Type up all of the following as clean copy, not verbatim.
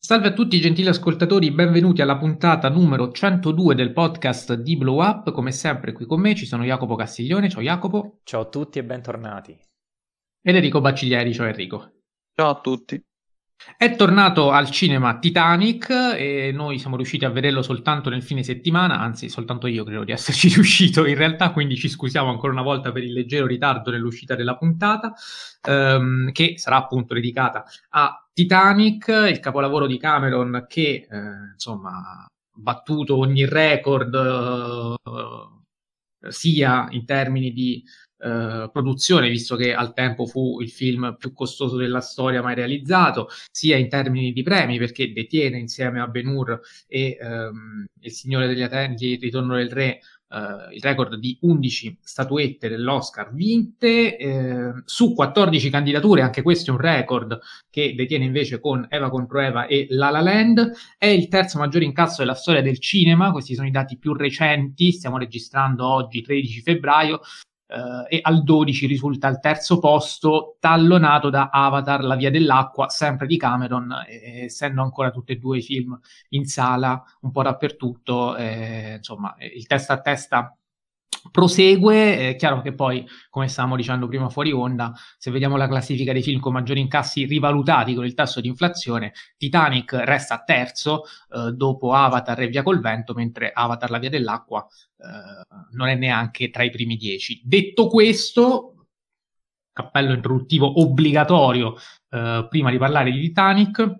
Salve a tutti gentili ascoltatori, benvenuti alla puntata numero 102 del podcast di Blow Up. Come sempre qui con me ci sono Jacopo Castiglione, ciao Jacopo, Ciao a tutti e bentornati. ed Enrico Bacciglieri, ciao Enrico. Ciao a tutti. È tornato al cinema Titanic e noi siamo riusciti a vederlo soltanto nel fine settimana, anzi soltanto io credo di esserci riuscito in realtà, quindi ci scusiamo ancora una volta per il leggero ritardo nell'uscita della puntata, che sarà appunto dedicata a Titanic, il capolavoro di Cameron che insomma ha battuto ogni record sia in termini di produzione, visto che al tempo fu il film più costoso della storia mai realizzato, sia in termini di premi, perché detiene insieme a Ben-Hur e Il Signore degli Anelli, Il Ritorno del Re, il record di 11 statuette dell'Oscar vinte, su 14 candidature, anche questo è un record che detiene invece con Eva contro Eva e La La Land. È il terzo maggiore incasso della storia del cinema, questi sono i dati più recenti, stiamo registrando oggi 13 febbraio, e al 12 risulta al terzo posto, tallonato da Avatar, La via dell'acqua, sempre di Cameron, essendo ancora tutti e due i film in sala un po' dappertutto, insomma il testa a testa prosegue. È chiaro che poi, come stavamo dicendo prima fuori onda, se vediamo la classifica dei film con maggiori incassi rivalutati con il tasso di inflazione, Titanic resta terzo, dopo Avatar e Via col vento, mentre Avatar La via dell'acqua non è neanche tra i primi 10. Detto questo, cappello introduttivo obbligatorio prima di parlare di Titanic,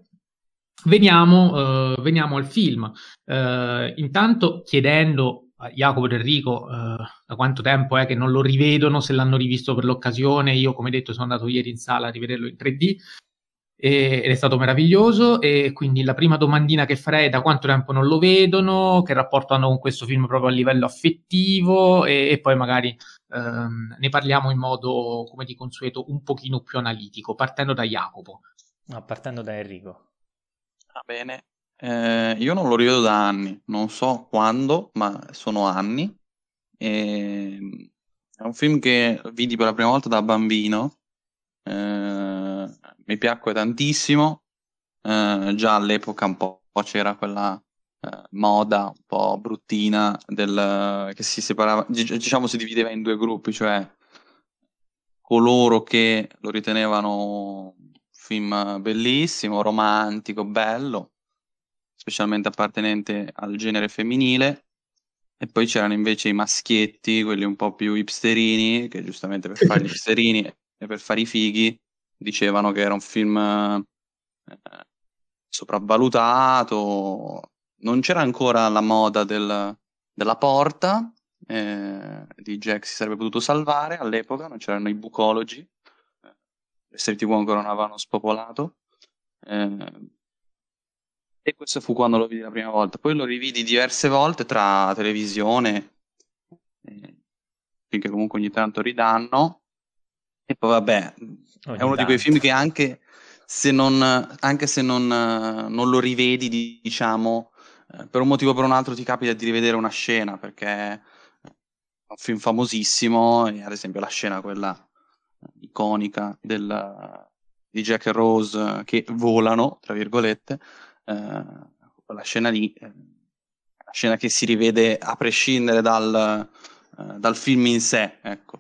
veniamo al film. Intanto chiedendo a Jacopo ed Enrico da quanto tempo è che non lo rivedono, se l'hanno rivisto per l'occasione. Io, come detto, sono andato ieri in sala a rivederlo in 3D ed è stato meraviglioso. E quindi la prima domandina che farei è: da quanto tempo non lo vedono, che rapporto hanno con questo film proprio a livello affettivo, e poi magari ne parliamo in modo, come di consueto, un pochino più analitico, partendo da Jacopo. Partendo da Enrico. Va bene. Io non lo rivedo da anni, non so quando, ma sono anni. È un film che vidi per la prima volta da bambino. Mi piacque tantissimo. Già all'epoca un po' c'era quella moda un po' bruttina che si separava, diciamo si divideva in due gruppi, cioè coloro che lo ritenevano un film bellissimo, romantico, bello, specialmente appartenente al genere femminile, e poi c'erano invece i maschietti, quelli un po' più hipsterini, che giustamente per fare gli hipsterini e per fare i fighi dicevano che era un film sopravvalutato. Non c'era ancora la moda della porta, di Jack si sarebbe potuto salvare all'epoca, non c'erano i bucologi, le serie TV ancora non avevano spopolato, e questo fu quando lo vidi la prima volta. Poi lo rividi diverse volte tra televisione, finché comunque ogni tanto ridanno, e poi vabbè, è uno di quei film che anche se non lo rivedi, diciamo, per un motivo o per un altro ti capita di rivedere una scena, perché è un film famosissimo, e ad esempio la scena quella iconica di Jack e Rose che volano, tra virgolette, quella scena lì è una scena che si rivede a prescindere dal film in sé, ecco.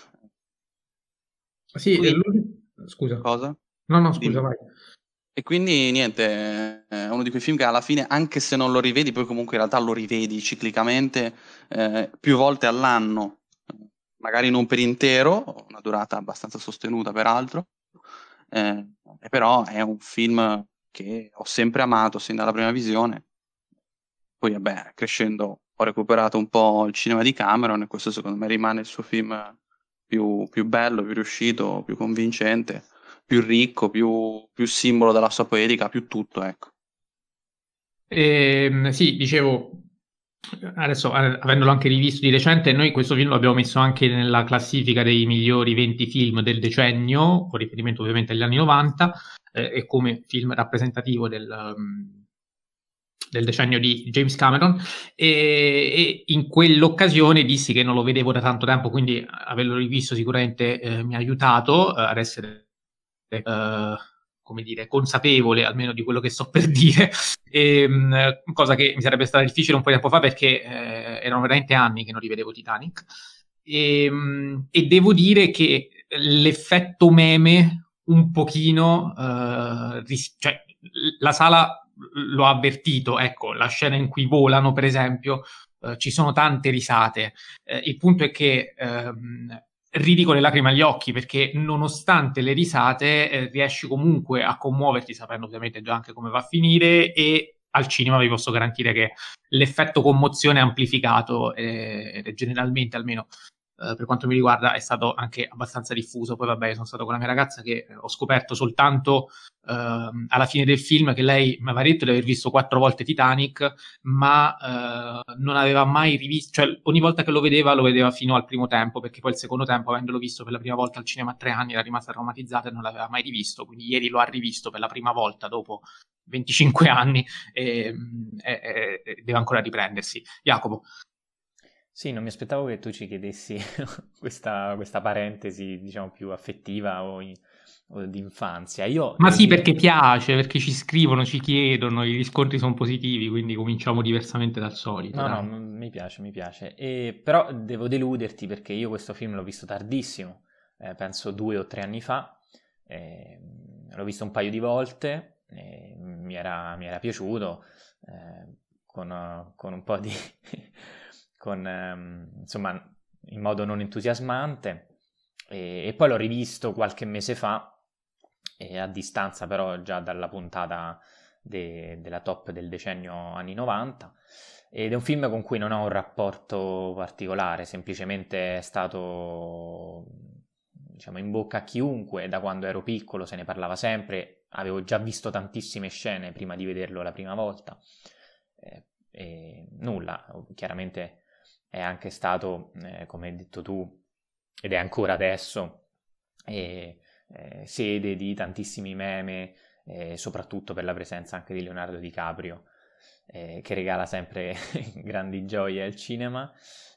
Sì, scusa. Cosa? No, scusa, Dimmi. vai. E quindi niente, è uno di quei film che alla fine, anche se non lo rivedi, poi comunque in realtà lo rivedi ciclicamente più volte all'anno, magari non per intero, una durata abbastanza sostenuta peraltro, però è un film che ho sempre amato sin dalla prima visione. Poi vabbè, crescendo ho recuperato un po' il cinema di Cameron, e questo secondo me rimane il suo film più bello, più riuscito, più convincente, più ricco, più simbolo della sua poetica, più tutto, ecco. Sì, dicevo, adesso avendolo anche rivisto di recente, noi questo film l'abbiamo messo anche nella classifica dei migliori 20 film del decennio, con riferimento ovviamente agli anni 90, e come film rappresentativo del decennio di James Cameron, e in quell'occasione dissi che non lo vedevo da tanto tempo, quindi averlo rivisto sicuramente mi ha aiutato ad essere come dire, consapevole almeno di quello che sto per dire, cosa che mi sarebbe stata difficile un po' di tempo fa perché erano veramente anni che non rivedevo Titanic, e devo dire che l'effetto meme un pochino, cioè la sala l'ho avvertito, ecco, la scena in cui volano per esempio, ci sono tante risate, il punto è che ridi con le lacrime agli occhi perché nonostante le risate riesci comunque a commuoverti sapendo ovviamente già anche come va a finire, e al cinema vi posso garantire che l'effetto commozione amplificato generalmente almeno per quanto mi riguarda è stato anche abbastanza diffuso. Poi vabbè, sono stato con la mia ragazza che ho scoperto soltanto alla fine del film che lei mi aveva detto di aver visto 4 volte Titanic, ma non aveva mai rivisto, cioè ogni volta che lo vedeva fino al primo tempo, perché poi il secondo tempo, avendolo visto per la prima volta al cinema a 3 anni, era rimasta traumatizzata e non l'aveva mai rivisto, quindi ieri lo ha rivisto per la prima volta dopo 25 anni e deve ancora riprendersi. Jacopo. Sì, non mi aspettavo che tu ci chiedessi questa parentesi, diciamo, più affettiva o di infanzia. Ma sì, perché piace, perché ci scrivono, ci chiedono, i riscontri sono positivi, quindi cominciamo diversamente dal solito. No, dai. no, mi piace. Però devo deluderti perché io questo film l'ho visto tardissimo, penso 2 o 3 anni fa, l'ho visto un paio di volte, mi era piaciuto, con un po' di... insomma, in modo non entusiasmante, e poi l'ho rivisto qualche mese fa, a distanza però già dalla puntata della top del decennio anni 90, ed è un film con cui non ho un rapporto particolare, semplicemente è stato, diciamo, in bocca a chiunque. Da quando ero piccolo se ne parlava sempre, avevo già visto tantissime scene prima di vederlo la prima volta, e nulla, chiaramente è anche stato, come hai detto tu, ed è ancora adesso, sede di tantissimi meme, soprattutto per la presenza anche di Leonardo DiCaprio, che regala sempre grandi gioie al cinema.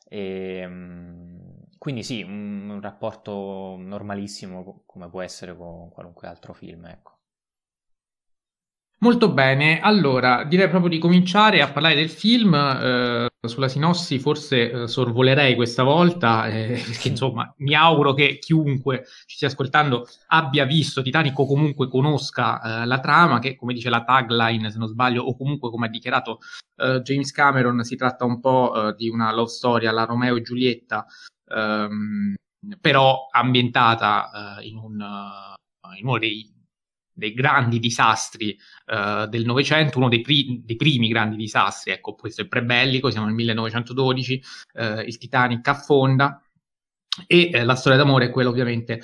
Quindi sì, un rapporto normalissimo come può essere con qualunque altro film, ecco. Molto bene, allora direi proprio di cominciare a parlare del film. Sulla sinossi forse sorvolerei questa volta, perché insomma mi auguro che chiunque ci stia ascoltando abbia visto Titanic o comunque conosca la trama, che come dice la tagline, se non sbaglio, o comunque come ha dichiarato James Cameron, si tratta un po' di una love story alla Romeo e Giulietta, però ambientata in uno dei grandi disastri del Novecento, uno dei primi grandi disastri, ecco, questo è prebellico, siamo nel 1912, il Titanic affonda, e la storia d'amore è quella ovviamente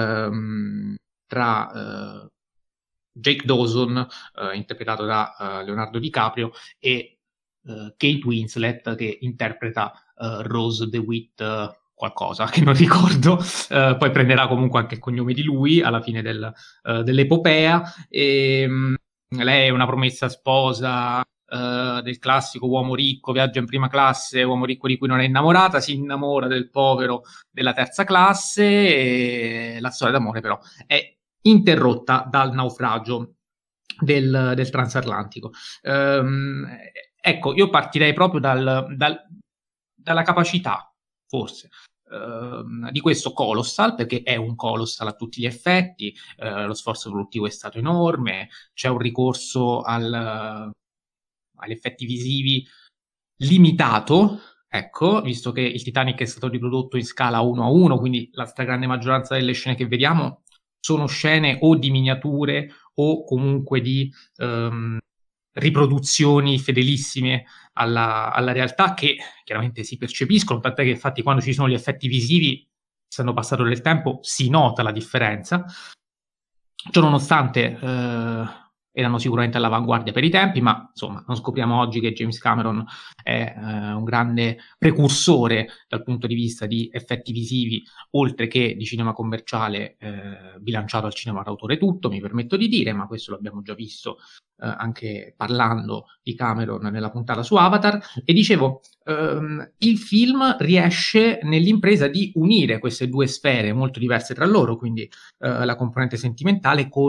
tra Jake Dawson, interpretato da Leonardo DiCaprio, e Kate Winslet, che interpreta Rose DeWitt qualcosa che non ricordo, poi prenderà comunque anche il cognome di lui alla fine dell'epopea. Lei è una promessa sposa del classico uomo ricco, viaggia in prima classe, uomo ricco di cui non è innamorata, si innamora del povero della terza classe, e la storia d'amore però è interrotta dal naufragio del transatlantico. Ecco, io partirei proprio dalla capacità, forse, di questo Colossal, perché è un Colossal a tutti gli effetti, lo sforzo produttivo è stato enorme, c'è un ricorso agli effetti visivi limitato, ecco, visto che il Titanic è stato riprodotto in scala 1:1, quindi la stragrande maggioranza delle scene che vediamo sono scene o di miniature o comunque di riproduzioni fedelissime alla realtà, che chiaramente si percepiscono, tant'è che infatti quando ci sono gli effetti visivi, essendo passato del tempo, si nota la differenza. Ciò nonostante erano sicuramente all'avanguardia per i tempi, ma insomma non scopriamo oggi che James Cameron è un grande precursore dal punto di vista di effetti visivi, oltre che di cinema commerciale, bilanciato al cinema d'autore tutto, mi permetto di dire, ma questo l'abbiamo già visto anche parlando di Cameron nella puntata su Avatar. E dicevo, il film riesce nell'impresa di unire queste due sfere molto diverse tra loro, quindi la componente sentimentale con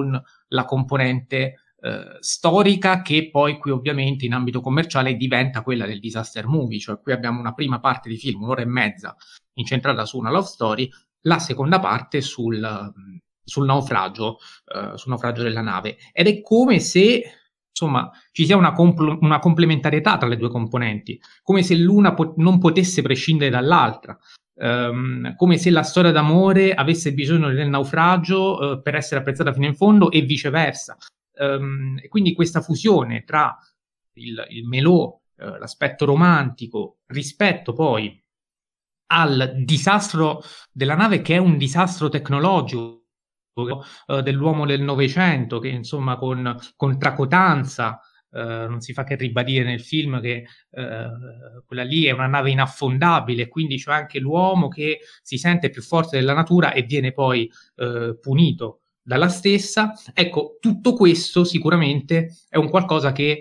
la componente storica, che poi qui ovviamente in ambito commerciale diventa quella del disaster movie, cioè qui abbiamo una prima parte di film, 1 ora e mezza, incentrata su una love story, la seconda parte sul naufragio della nave, ed è come se insomma ci sia una complementarietà tra le due componenti, come se l'una non potesse prescindere dall'altra. Come se la storia d'amore avesse bisogno del naufragio per essere apprezzata fino in fondo e viceversa. E quindi questa fusione tra il melò, l'aspetto romantico, rispetto poi al disastro della nave, che è un disastro tecnologico dell'uomo del Novecento, che insomma con tracotanza non si fa che ribadire nel film che quella lì è una nave inaffondabile, quindi c'è anche l'uomo che si sente più forte della natura e viene poi punito dalla stessa. Ecco, tutto questo sicuramente è un qualcosa che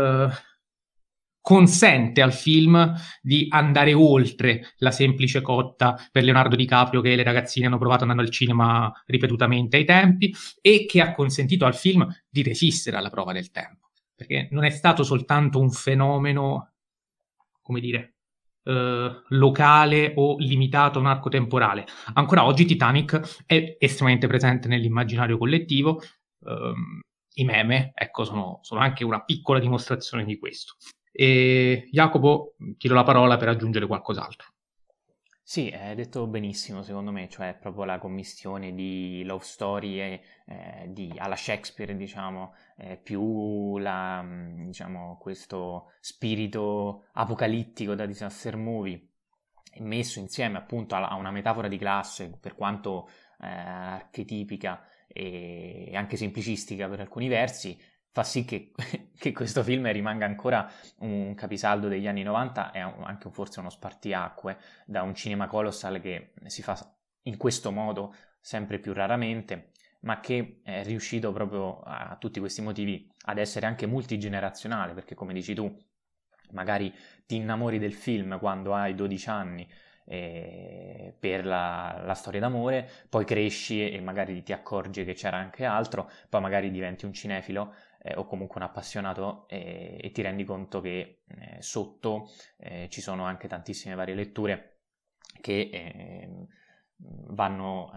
consente al film di andare oltre la semplice cotta per Leonardo DiCaprio che le ragazzine hanno provato andando al cinema ripetutamente ai tempi, e che ha consentito al film di resistere alla prova del tempo, perché non è stato soltanto un fenomeno, come dire, locale o limitato a un arco temporale. Ancora oggi Titanic è estremamente presente nell'immaginario collettivo. I meme, ecco, sono anche una piccola dimostrazione di questo. E Jacopo, ti do la parola per aggiungere qualcos'altro. Sì, hai detto benissimo secondo me, cioè proprio la commistione di love story alla Shakespeare, diciamo, più diciamo, questo spirito apocalittico da disaster movie, messo insieme appunto a una metafora di classe, per quanto archetipica e anche semplicistica per alcuni versi, fa sì che questo film rimanga ancora un capisaldo degli anni 90 e anche forse uno spartiacque da un cinema colossal che si fa in questo modo sempre più raramente, ma che è riuscito proprio a tutti questi motivi ad essere anche multigenerazionale, perché come dici tu, magari ti innamori del film quando hai 12 anni per la storia d'amore, poi cresci e magari ti accorgi che c'era anche altro, poi magari diventi un cinefilo o comunque un appassionato e ti rendi conto che sotto ci sono anche tantissime varie letture che vanno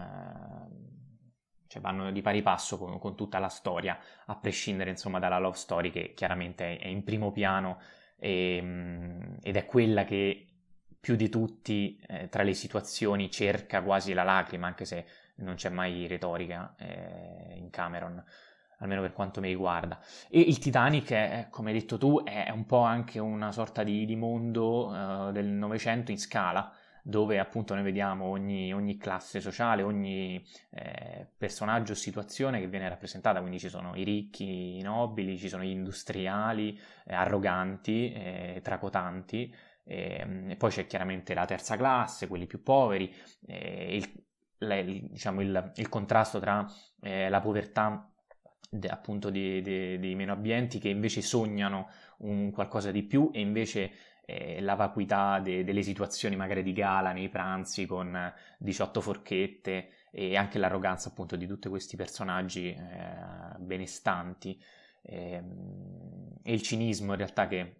di pari passo con tutta la storia, a prescindere insomma dalla love story che chiaramente è in primo piano ed è quella che più di tutti tra le situazioni cerca quasi la lacrima, anche se non c'è mai retorica in Cameron, almeno per quanto mi riguarda. E il Titanic, come hai detto tu, è un po' anche una sorta di mondo del Novecento in scala, dove appunto noi vediamo ogni classe sociale, ogni personaggio o situazione che viene rappresentata, quindi ci sono i ricchi, i nobili, ci sono gli industriali, arroganti, tracotanti, e poi c'è chiaramente la terza classe, quelli più poveri, diciamo il contrasto tra la povertà appunto dei meno abbienti, che invece sognano un qualcosa di più, e invece la vacuità delle situazioni magari di gala nei pranzi con 18 forchette, e anche l'arroganza appunto di tutti questi personaggi benestanti e il cinismo in realtà che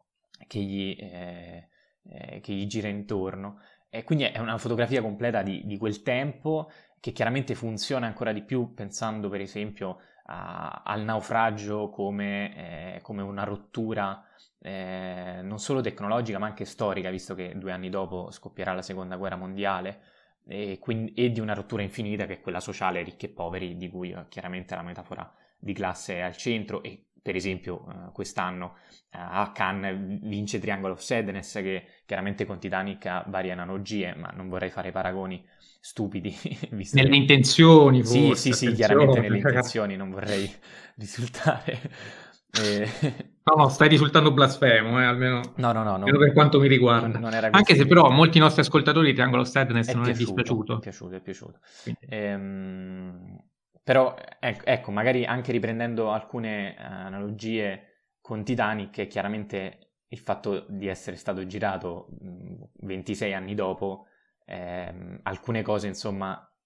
gli gira intorno. E quindi è una fotografia completa di quel tempo, che chiaramente funziona ancora di più pensando per esempio al naufragio come una rottura non solo tecnologica ma anche storica, visto che 2 anni dopo scoppierà la seconda guerra mondiale, e di una rottura infinita che è quella sociale, ricchi e poveri, di cui chiaramente la metafora di classe è al centro. E per esempio quest'anno a Cannes vince Triangle of Sadness, che chiaramente con Titanic ha varie analogie, ma non vorrei fare paragoni stupidi visto nelle che... intenzioni forse, sì, chiaramente nelle intenzioni, non vorrei risultare no, stai risultando blasfemo, almeno no, per quanto mi riguarda. non era Anche se questo però molti nostri ascoltatori Triangle of Sadness non è piaciuto, dispiaciuto. è piaciuto. Quindi. Però ecco, magari anche riprendendo alcune analogie con Titanic, chiaramente il fatto di essere stato girato 26 anni dopo, alcune cose insomma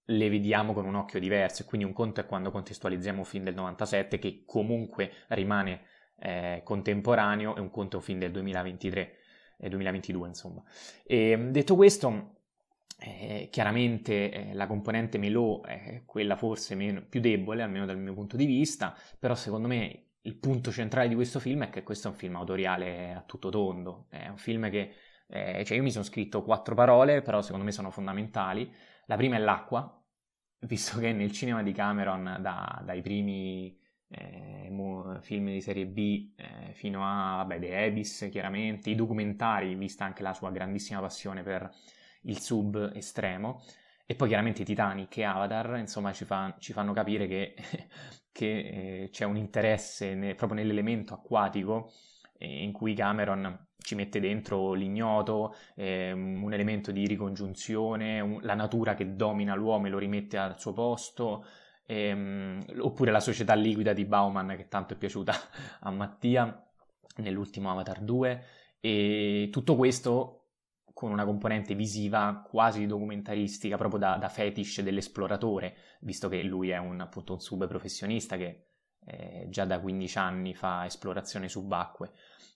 le vediamo con un occhio diverso, e quindi un conto è quando contestualizziamo un film del 97 che comunque rimane contemporaneo, e un conto è un film del 2023 e 2022 insomma. E detto questo, chiaramente la componente melò è quella forse più debole, almeno dal mio punto di vista, però secondo me il punto centrale di questo film è che questo è un film autoriale a tutto tondo, è un film che, cioè io mi sono scritto 4 parole, però secondo me sono fondamentali. La prima è l'acqua, visto che nel cinema di Cameron, dai primi film di serie B fino a The Abyss, chiaramente, i documentari, vista anche la sua grandissima passione per il sub estremo, e poi chiaramente Titanic e Avatar, insomma ci fanno capire che c'è un interesse proprio nell'elemento acquatico, in cui Cameron ci mette dentro l'ignoto, un elemento di ricongiunzione, la natura che domina l'uomo e lo rimette al suo posto, oppure la società liquida di Bauman, che tanto è piaciuta a Mattia nell'ultimo Avatar 2, e tutto questo con una componente visiva quasi documentaristica, proprio da fetish dell'esploratore, visto che lui è appunto un sub professionista che già da 15 anni fa esplorazione subacquee.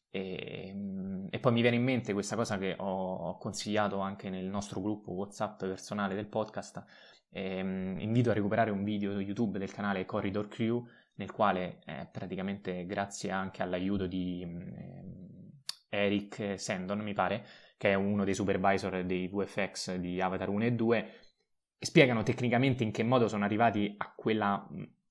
E poi mi viene in mente questa cosa che ho consigliato anche nel nostro gruppo WhatsApp personale del podcast. Invito a recuperare un video su YouTube del canale Corridor Crew, nel quale praticamente, grazie anche all'aiuto di Eric Sandon, mi pare, che è uno dei supervisor dei VFX di Avatar 1 e 2, spiegano tecnicamente in che modo sono arrivati a quella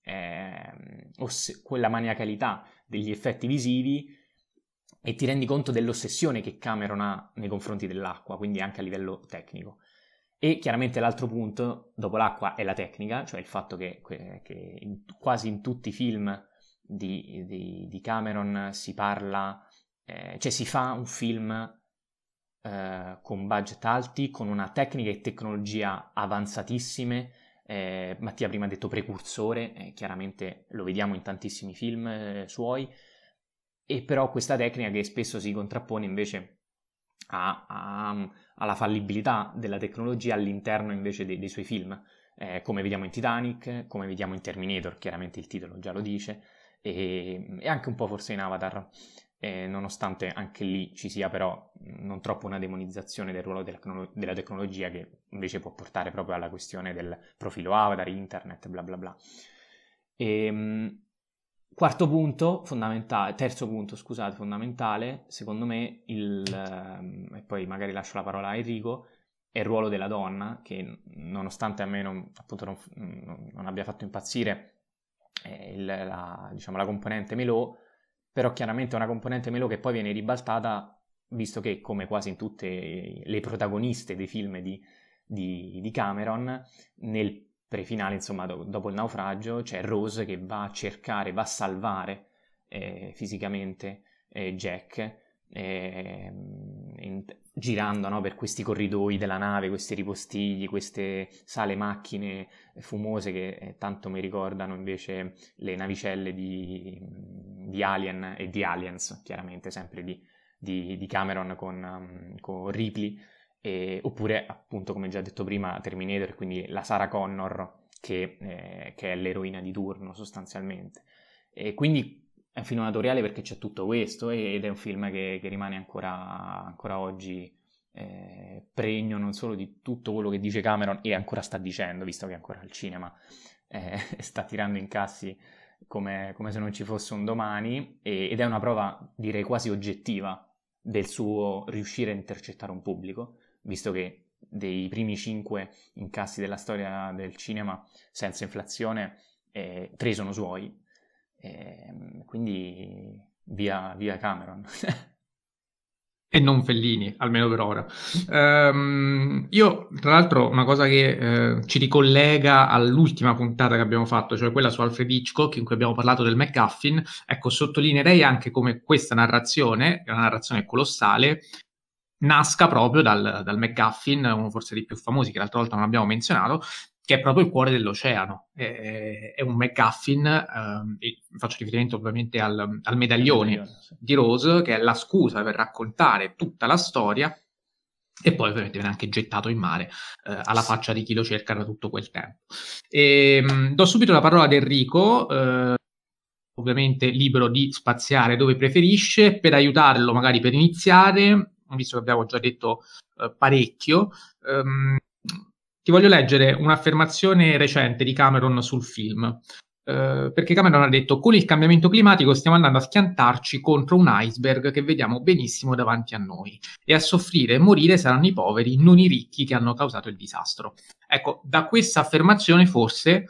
maniacalità degli effetti visivi, e ti rendi conto dell'ossessione che Cameron ha nei confronti dell'acqua, quindi anche a livello tecnico. E chiaramente l'altro punto, dopo l'acqua, è la tecnica, cioè il fatto che quasi in tutti i film di Cameron si parla, cioè si fa un film con budget alti, con una tecnica e tecnologia avanzatissime. Mattia prima ha detto precursore, chiaramente lo vediamo in tantissimi film suoi, e però questa tecnica che spesso si contrappone invece alla fallibilità della tecnologia all'interno invece dei suoi film, come vediamo in Titanic, come vediamo in Terminator, chiaramente il titolo già lo dice, e anche un po' forse in Avatar, nonostante anche lì ci sia però non troppo una demonizzazione del ruolo della tecnologia, che invece può portare proprio alla questione del profilo Avatar, internet, bla bla bla. Terzo punto fondamentale, secondo me, e poi magari lascio la parola a Enrico, è il ruolo della donna, che nonostante a me non abbia fatto impazzire la componente melò, però chiaramente è una componente melò che poi viene ribaltata, visto che, come quasi in tutte le protagoniste dei film di Cameron, nel prefinale, insomma, dopo il naufragio, c'è Rose che va a cercare, va a salvare fisicamente Jack, girando, no, per questi corridoi della nave, questi ripostigli, queste sale macchine fumose che tanto mi ricordano invece le navicelle di Alien e di Aliens, chiaramente sempre di Cameron con Ripley. Oppure, appunto, come già detto prima, Terminator, quindi la Sarah Connor che è l'eroina di turno sostanzialmente. E quindi è un film autoriale perché c'è tutto questo, ed è un film che rimane ancora oggi pregno non solo di tutto quello che dice Cameron, e ancora sta dicendo, visto che è ancora al cinema, sta tirando incassi come se non ci fosse un domani, ed è una prova, direi, quasi oggettiva del suo riuscire a intercettare un pubblico, visto che dei primi 5 incassi della storia del cinema senza inflazione 3 sono suoi, quindi via Cameron. E non Fellini, almeno per ora. Io, tra l'altro, una cosa che ci ricollega all'ultima puntata che abbiamo fatto, cioè quella su Alfred Hitchcock, in cui abbiamo parlato del MacGuffin, ecco, sottolineerei anche come questa narrazione, è una narrazione colossale, nasca proprio dal MacGuffin, uno forse dei più famosi, che l'altra volta non abbiamo menzionato, che è proprio il cuore dell'oceano. È un MacGuffin, faccio riferimento ovviamente al medaglione sì, di Rose, che è la scusa per raccontare tutta la storia e poi ovviamente viene anche gettato in mare alla faccia di chi lo cerca da tutto quel tempo. Do subito la parola ad Enrico, ovviamente libero di spaziare dove preferisce, per aiutarlo magari per iniziare, visto che abbiamo già detto parecchio. Ti voglio leggere un'affermazione recente di Cameron sul film. Perché Cameron ha detto: con il cambiamento climatico stiamo andando a schiantarci contro un iceberg che vediamo benissimo davanti a noi, e a soffrire e morire saranno i poveri, non i ricchi che hanno causato il disastro. Ecco, da questa affermazione forse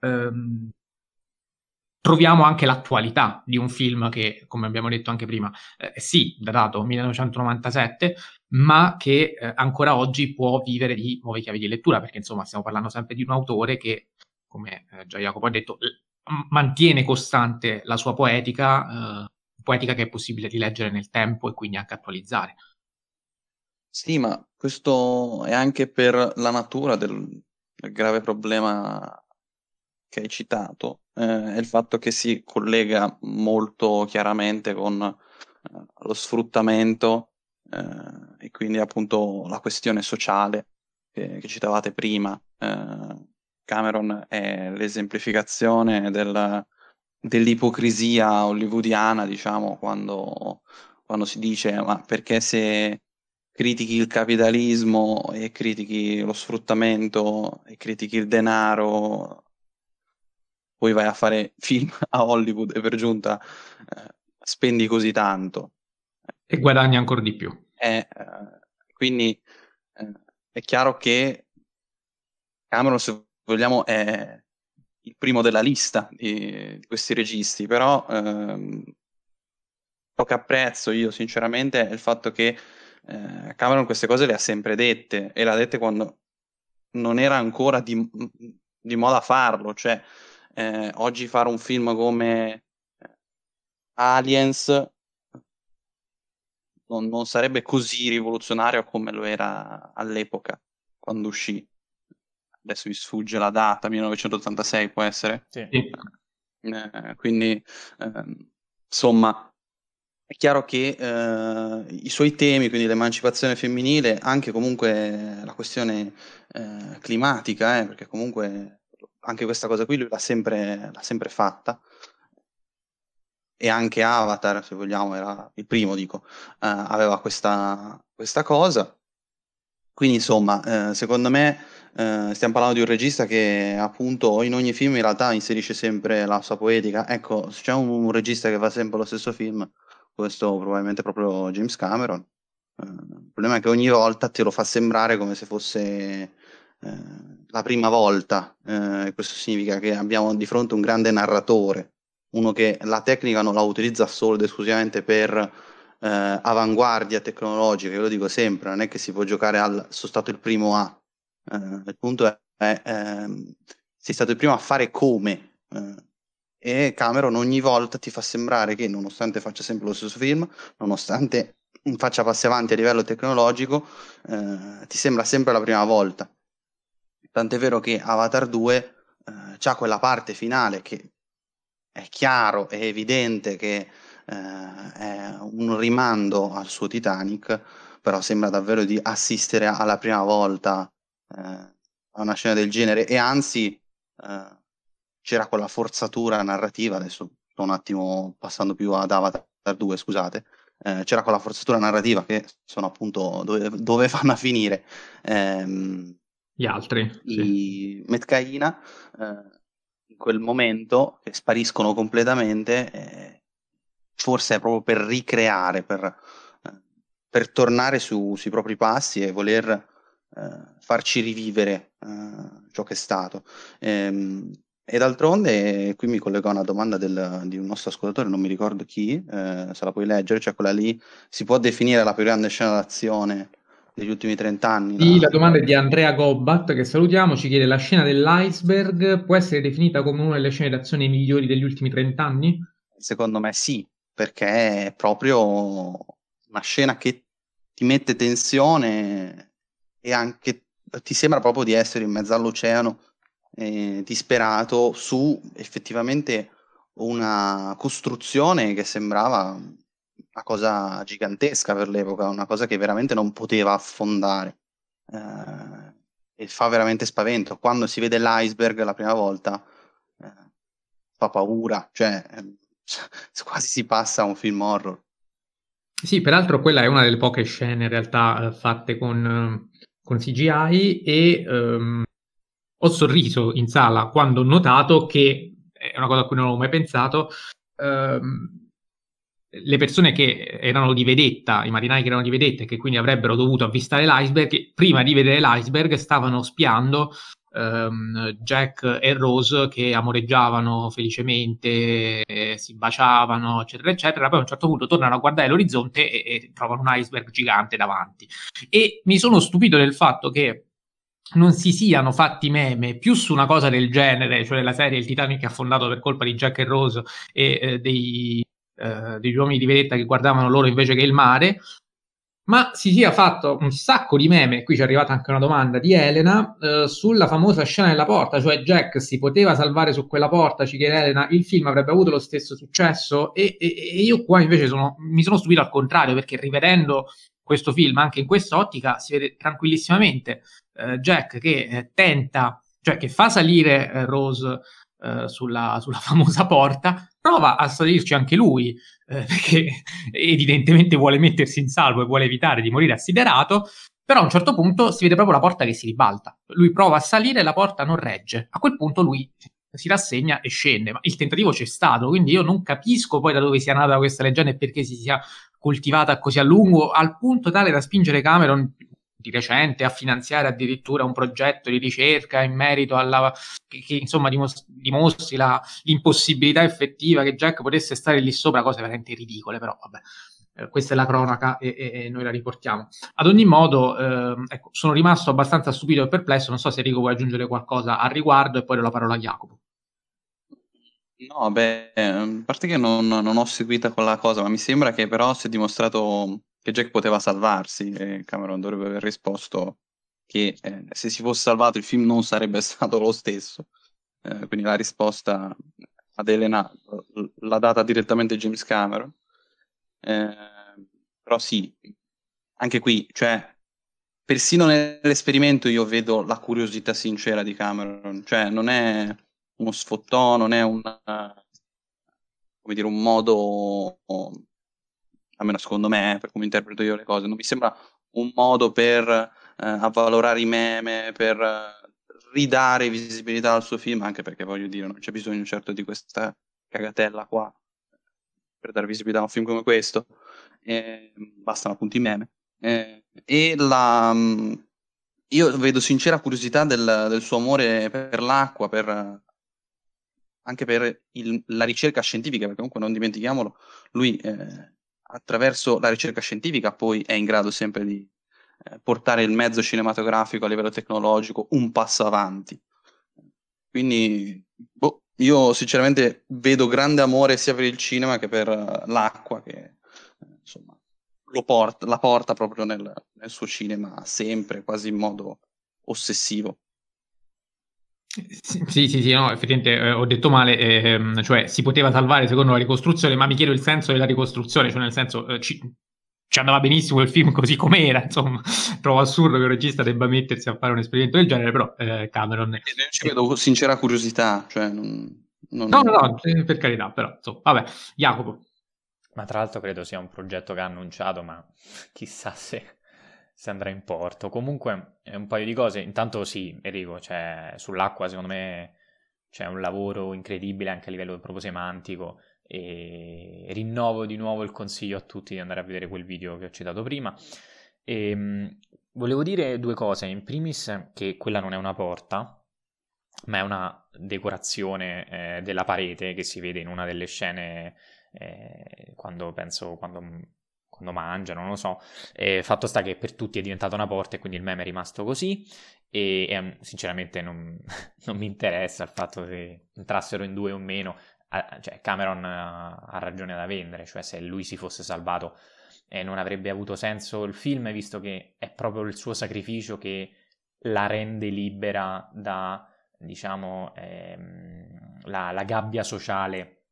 troviamo anche l'attualità di un film che, come abbiamo detto anche prima, sì, datato 1997, ma che ancora oggi può vivere di nuove chiavi di lettura, perché insomma stiamo parlando sempre di un autore che, come già Jacopo ha detto, mantiene costante la sua poetica che è possibile rileggere nel tempo e quindi anche attualizzare. Sì, ma questo è anche per la natura del grave problema che hai citato, è il fatto che si collega molto chiaramente con lo sfruttamento e quindi appunto la questione sociale che citavate prima. Cameron è l'esemplificazione dell'ipocrisia hollywoodiana, diciamo, quando si dice ma perché se critichi il capitalismo e critichi lo sfruttamento e critichi il denaro, poi vai a fare film a Hollywood e per giunta spendi così tanto. E guadagni ancora di più. Quindi è chiaro che Cameron, se vogliamo, è il primo della lista di questi registi, però ciò che apprezzo io sinceramente è il fatto che Cameron queste cose le ha sempre dette, e le ha dette quando non era ancora di moda farlo, cioè oggi fare un film come Aliens non sarebbe così rivoluzionario come lo era all'epoca, quando uscì. Adesso mi sfugge la data, 1986 può essere? Sì. Sì. Quindi, insomma, è chiaro che i suoi temi, quindi l'emancipazione femminile, anche comunque la questione climatica, perché comunque anche questa cosa qui lui l'ha sempre fatta, e anche Avatar, se vogliamo, era il primo, dico, aveva questa cosa. Quindi insomma, secondo me stiamo parlando di un regista che appunto in ogni film in realtà inserisce sempre la sua poetica. Ecco, se c'è un regista che fa sempre lo stesso film, questo probabilmente è proprio James Cameron. Il problema è che ogni volta te lo fa sembrare come se fosse la prima volta. Questo significa che abbiamo di fronte un grande narratore, uno che la tecnica non la utilizza solo ed esclusivamente per avanguardia tecnologica. Io lo dico sempre, non è che si può giocare al sono stato il primo a. Il punto è sei stato il primo a fare come. E Cameron ogni volta ti fa sembrare che, nonostante faccia sempre lo stesso film, nonostante faccia passi avanti a livello tecnologico, ti sembra sempre la prima volta. Tant'è vero che Avatar 2 c'ha quella parte finale che è chiaro, è evidente che è un rimando al suo Titanic, però sembra davvero di assistere alla prima volta a una scena del genere, e anzi c'era quella forzatura narrativa. Adesso sto un attimo passando più ad Avatar 2, scusate. C'era quella forzatura narrativa che sono appunto dove vanno a finire Gli altri, sì. i Metcaina in quel momento, che spariscono completamente. Forse è proprio per ricreare, per tornare sui propri passi e voler farci rivivere ciò che è stato. E d'altronde, qui mi collego a una domanda di un nostro ascoltatore, non mi ricordo chi, se la puoi leggere, cioè quella lì: si può definire la più grande scena d'azione degli ultimi 30 anni? Sì, la domanda è di Andrea Gobbat, che salutiamo, ci chiede: la scena dell'iceberg può essere definita come una delle scene d'azione migliori degli ultimi 30 anni? Secondo me sì, perché è proprio una scena che ti mette tensione e anche ti sembra proprio di essere in mezzo all'oceano, disperato, su effettivamente una costruzione che sembrava una cosa gigantesca per l'epoca, una cosa che veramente non poteva affondare. E fa veramente spavento. Quando si vede l'iceberg la prima volta, fa paura, cioè quasi si passa a un film horror. Sì, peraltro quella è una delle poche scene in realtà fatte con CGI e ho sorriso in sala quando ho notato che, è una cosa a cui non avevo mai pensato, le persone che erano di vedetta, i marinai che erano di vedetta e che quindi avrebbero dovuto avvistare l'iceberg, prima di vedere l'iceberg stavano spiando Jack e Rose che amoreggiavano felicemente, si baciavano, eccetera, eccetera. Poi a un certo punto tornano a guardare l'orizzonte e trovano un iceberg gigante davanti. E mi sono stupito del fatto che non si siano fatti meme più su una cosa del genere, cioè la serie Il Titanic è affondato per colpa di Jack e Rose e degli uomini di vedetta che guardavano loro invece che il mare, ma si sia fatto un sacco di meme. Qui ci è arrivata anche una domanda di Elena sulla famosa scena della porta, cioè Jack si poteva salvare su quella porta, ci chiede Elena, il film avrebbe avuto lo stesso successo e io qua invece mi sono stupito al contrario, perché rivedendo questo film anche in quest'ottica si vede tranquillissimamente Jack che tenta, cioè che fa salire Rose sulla famosa porta, prova a salirci anche lui, perché evidentemente vuole mettersi in salvo e vuole evitare di morire assiderato, però a un certo punto si vede proprio la porta che si ribalta. Lui prova a salire e la porta non regge. A quel punto lui si rassegna e scende, ma il tentativo c'è stato, quindi io non capisco poi da dove sia nata questa leggenda e perché si sia coltivata così a lungo, al punto tale da spingere Cameron di recente a finanziare addirittura un progetto di ricerca in merito alla che insomma dimostri l'impossibilità effettiva che Jack potesse stare lì sopra, cose veramente ridicole, però vabbè, questa è la cronaca e noi la riportiamo. Ad ogni modo, ecco, sono rimasto abbastanza stupito e perplesso, non so se Enrico vuoi aggiungere qualcosa al riguardo e poi do la parola a Jacopo. No, beh, a parte che non ho seguita quella cosa, ma mi sembra che però si è dimostrato che Jack poteva salvarsi e Cameron dovrebbe aver risposto che se si fosse salvato il film non sarebbe stato lo stesso. Quindi la risposta ad Elena l'ha data direttamente James Cameron. Però sì, anche qui, cioè, persino nell'esperimento io vedo la curiosità sincera di Cameron, cioè non è uno sfottò, non è come dire, un modo, almeno secondo me, per come interpreto io le cose, non mi sembra un modo per avvalorare i meme, per ridare visibilità al suo film, anche perché voglio dire, non c'è bisogno certo di questa cagatella qua per dare visibilità a un film come questo, bastano appunto i meme. Io vedo sincera curiosità del suo amore per l'acqua, anche per la ricerca scientifica, perché comunque non dimentichiamolo, lui attraverso la ricerca scientifica poi è in grado sempre di portare il mezzo cinematografico a livello tecnologico un passo avanti. Quindi io sinceramente vedo grande amore sia per il cinema che per l'acqua, che insomma la porta proprio nel suo cinema sempre, quasi in modo ossessivo. Sì, no, effettivamente ho detto male, cioè si poteva salvare secondo la ricostruzione, ma mi chiedo il senso della ricostruzione, cioè nel senso ci andava benissimo il film così com'era, insomma, trovo assurdo che un regista debba mettersi a fare un esperimento del genere, però Cameron... Io ci vedo sincera curiosità, cioè No, per carità, però, insomma, vabbè, Jacopo. Ma tra l'altro credo sia un progetto che ha annunciato, ma chissà se andrà in porto. Comunque, un paio di cose. Intanto sì, Enrico, cioè, sull'acqua secondo me c'è un lavoro incredibile anche a livello proprio semantico e rinnovo di nuovo il consiglio a tutti di andare a vedere quel video che ho citato prima. Volevo dire due cose. In primis che quella non è una porta, ma è una decorazione della parete che si vede in una delle scene quando mangiano, non lo so. Fatto sta che per tutti è diventata una porta e quindi il meme è rimasto così e sinceramente non mi interessa il fatto che entrassero in due o meno. Cioè Cameron ha ragione da vendere, cioè se lui si fosse salvato non avrebbe avuto senso il film, visto che è proprio il suo sacrificio che la rende libera da, diciamo, la gabbia sociale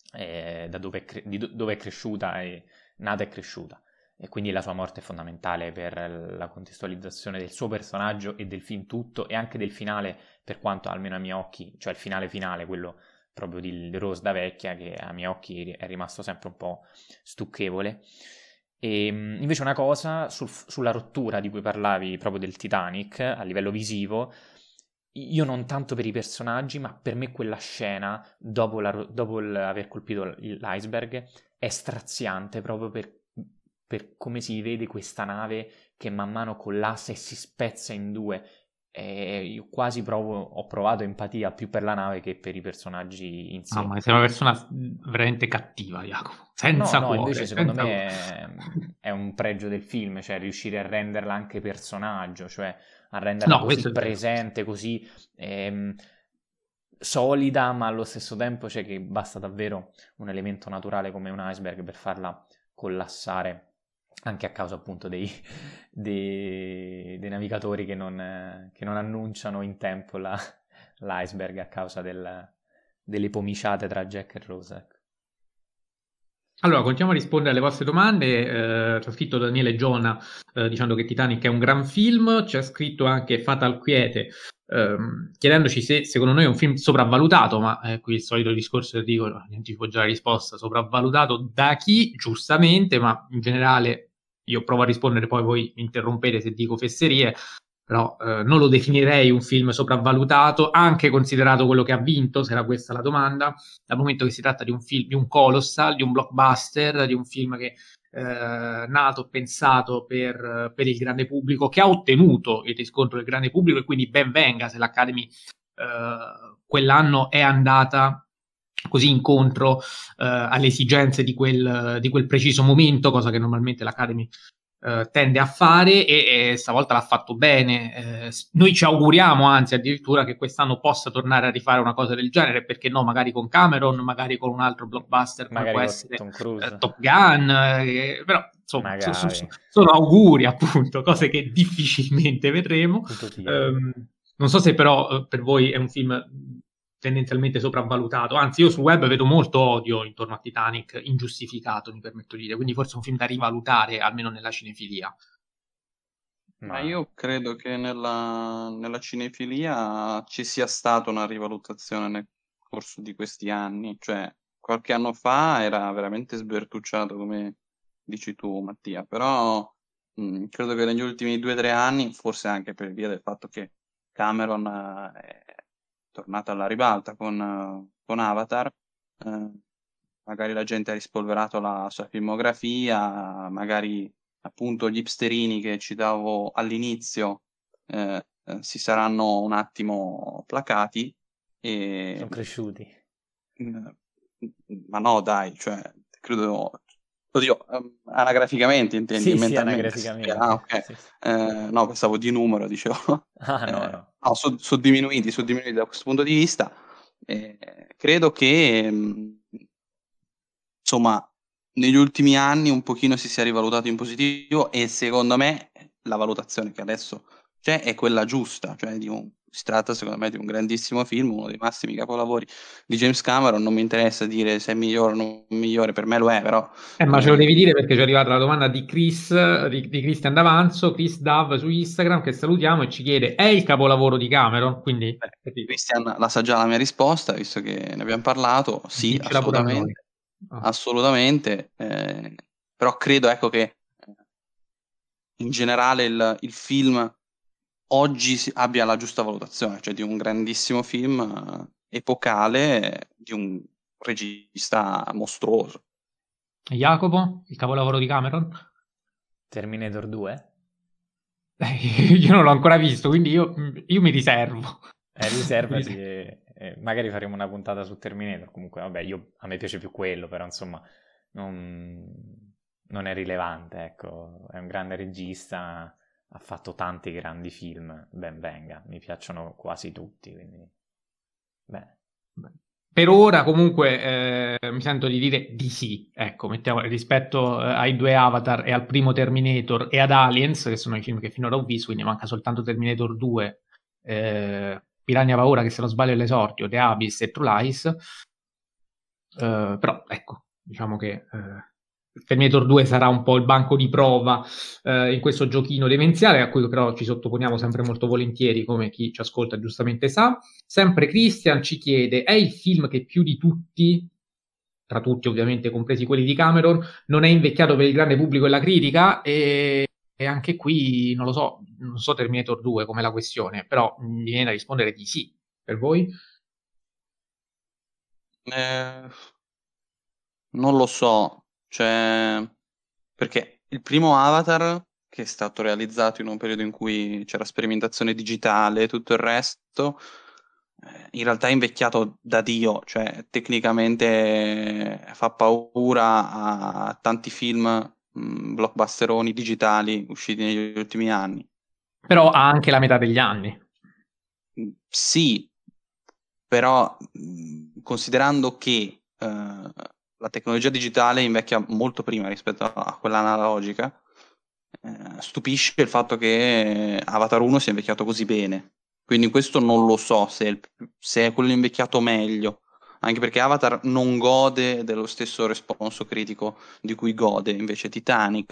da dove è cresciuta e nata e cresciuta. E quindi la sua morte è fondamentale per la contestualizzazione del suo personaggio e del film tutto, e anche del finale, per quanto almeno ai miei occhi, cioè il finale, quello proprio di Rose da vecchia, che ai miei occhi è rimasto sempre un po' stucchevole. E invece una cosa sulla rottura di cui parlavi proprio del Titanic a livello visivo, io non tanto per i personaggi, ma per me quella scena dopo aver colpito l'iceberg è straziante proprio per come si vede questa nave che man mano collassa e si spezza in due. Io quasi ho provato empatia più per la nave che per i personaggi in sé. Ma sei una persona veramente cattiva, Jacopo, senza cuore. Invece secondo me è un pregio del film, cioè riuscire a renderla anche personaggio, cioè a renderla così presente, così solida, ma allo stesso tempo cioè che basta davvero un elemento naturale come un iceberg per farla collassare, anche a causa appunto dei navigatori che non annunciano in tempo l'iceberg a causa delle pomiciate tra Jack e Rose. Allora, continuiamo a rispondere alle vostre domande. C'è scritto Daniele Giona dicendo che Titanic è un gran film, c'è scritto anche Fatal Quiete chiedendoci se secondo noi è un film sopravvalutato, ma qui il solito discorso che dico, anticipo già la risposta: sopravvalutato da chi? Giustamente, ma in generale io provo a rispondere, poi voi mi interrompete se dico fesserie, però non lo definirei un film sopravvalutato, anche considerato quello che ha vinto, se era questa la domanda, dal momento che si tratta di un film, di un colossal, di un blockbuster, di un film che nato, pensato per il grande pubblico, che ha ottenuto il riscontro del grande pubblico, e quindi ben venga se l'Academy quell'anno è andata così incontro alle esigenze di quel preciso momento, cosa che normalmente l'Academy tende a fare, e stavolta l'ha fatto bene. Noi ci auguriamo anzi addirittura che quest'anno possa tornare a rifare una cosa del genere, perché no, magari con Cameron, magari con un altro blockbuster come può essere Top Gun, però insomma sono auguri, appunto, cose che difficilmente vedremo. Non so se però per voi è un film tendenzialmente sopravvalutato, anzi io sul web vedo molto odio intorno a Titanic, ingiustificato, mi permetto di dire, quindi forse è un film da rivalutare almeno nella cinefilia. Ma io credo che nella cinefilia ci sia stata una rivalutazione nel corso di questi anni, cioè qualche anno fa era veramente sbertucciato, come dici tu Mattia, però credo che negli ultimi 2 o 3 anni, forse anche per via del fatto che Cameron è tornato alla ribalta con Avatar, magari la gente ha rispolverato la sua filmografia, magari appunto gli hipsterini che citavo all'inizio si saranno un attimo placati e sono cresciuti. Ma no, dai, cioè credo, oddio, anagraficamente intendi? Sì, anagraficamente. Okay. Sì. No, pensavo di numero, dicevo. No. No, sono diminuiti da questo punto di vista. Credo che insomma negli ultimi anni un pochino si sia rivalutato in positivo, e secondo me la valutazione che adesso c'è è quella giusta, cioè si tratta secondo me di un grandissimo film, uno dei massimi capolavori di James Cameron. Non mi interessa dire se è migliore o non migliore, per me lo è, però ma ce lo devi dire, perché ci è arrivata la domanda di Christian D'Avanzo, Chris Dav su Instagram, che salutiamo, e ci chiede: è il capolavoro di Cameron? Quindi Christian la sa già la mia risposta, visto che ne abbiamo parlato. Sì, assolutamente, però credo, ecco, che in generale il film oggi abbia la giusta valutazione, cioè di un grandissimo film epocale di un regista mostruoso. Jacopo, il capolavoro di Cameron? Terminator 2? Io non l'ho ancora visto, quindi io mi riservo. Riservati magari faremo una puntata su Terminator. Comunque, vabbè, a me piace più quello, però insomma non è rilevante, ecco. È un grande regista, ha fatto tanti grandi film, ben venga, mi piacciono quasi tutti, quindi bene. Per ora comunque mi sento di dire di sì, ecco, mettiamo rispetto ai 2 Avatar e al primo Terminator e ad Aliens, che sono i film che finora ho visto, quindi manca soltanto Terminator 2, Piranha Paura, che se non sbaglio è l'esordio, The Abyss e True Lies. Però ecco, diciamo che Terminator 2 sarà un po' il banco di prova in questo giochino demenziale, a cui però ci sottoponiamo sempre molto volentieri, come chi ci ascolta giustamente sa. Sempre Christian ci chiede: è il film che più di tutti, tra tutti ovviamente compresi quelli di Cameron, non è invecchiato per il grande pubblico e la critica? E anche qui non so Terminator 2 come la questione, però mi viene da rispondere di sì. Per voi? Eh, non lo so, cioè, perché il primo Avatar, che è stato realizzato in un periodo in cui c'era sperimentazione digitale e tutto il resto, in realtà è invecchiato da Dio, cioè tecnicamente fa paura a tanti film blockbusteroni digitali usciti negli ultimi anni. Però ha anche la metà degli anni. Sì, però considerando che la tecnologia digitale invecchia molto prima rispetto a quella analogica, stupisce il fatto che Avatar 1 sia invecchiato così bene. Quindi questo non lo so se è quello invecchiato meglio, anche perché Avatar non gode dello stesso responso critico di cui gode invece Titanic.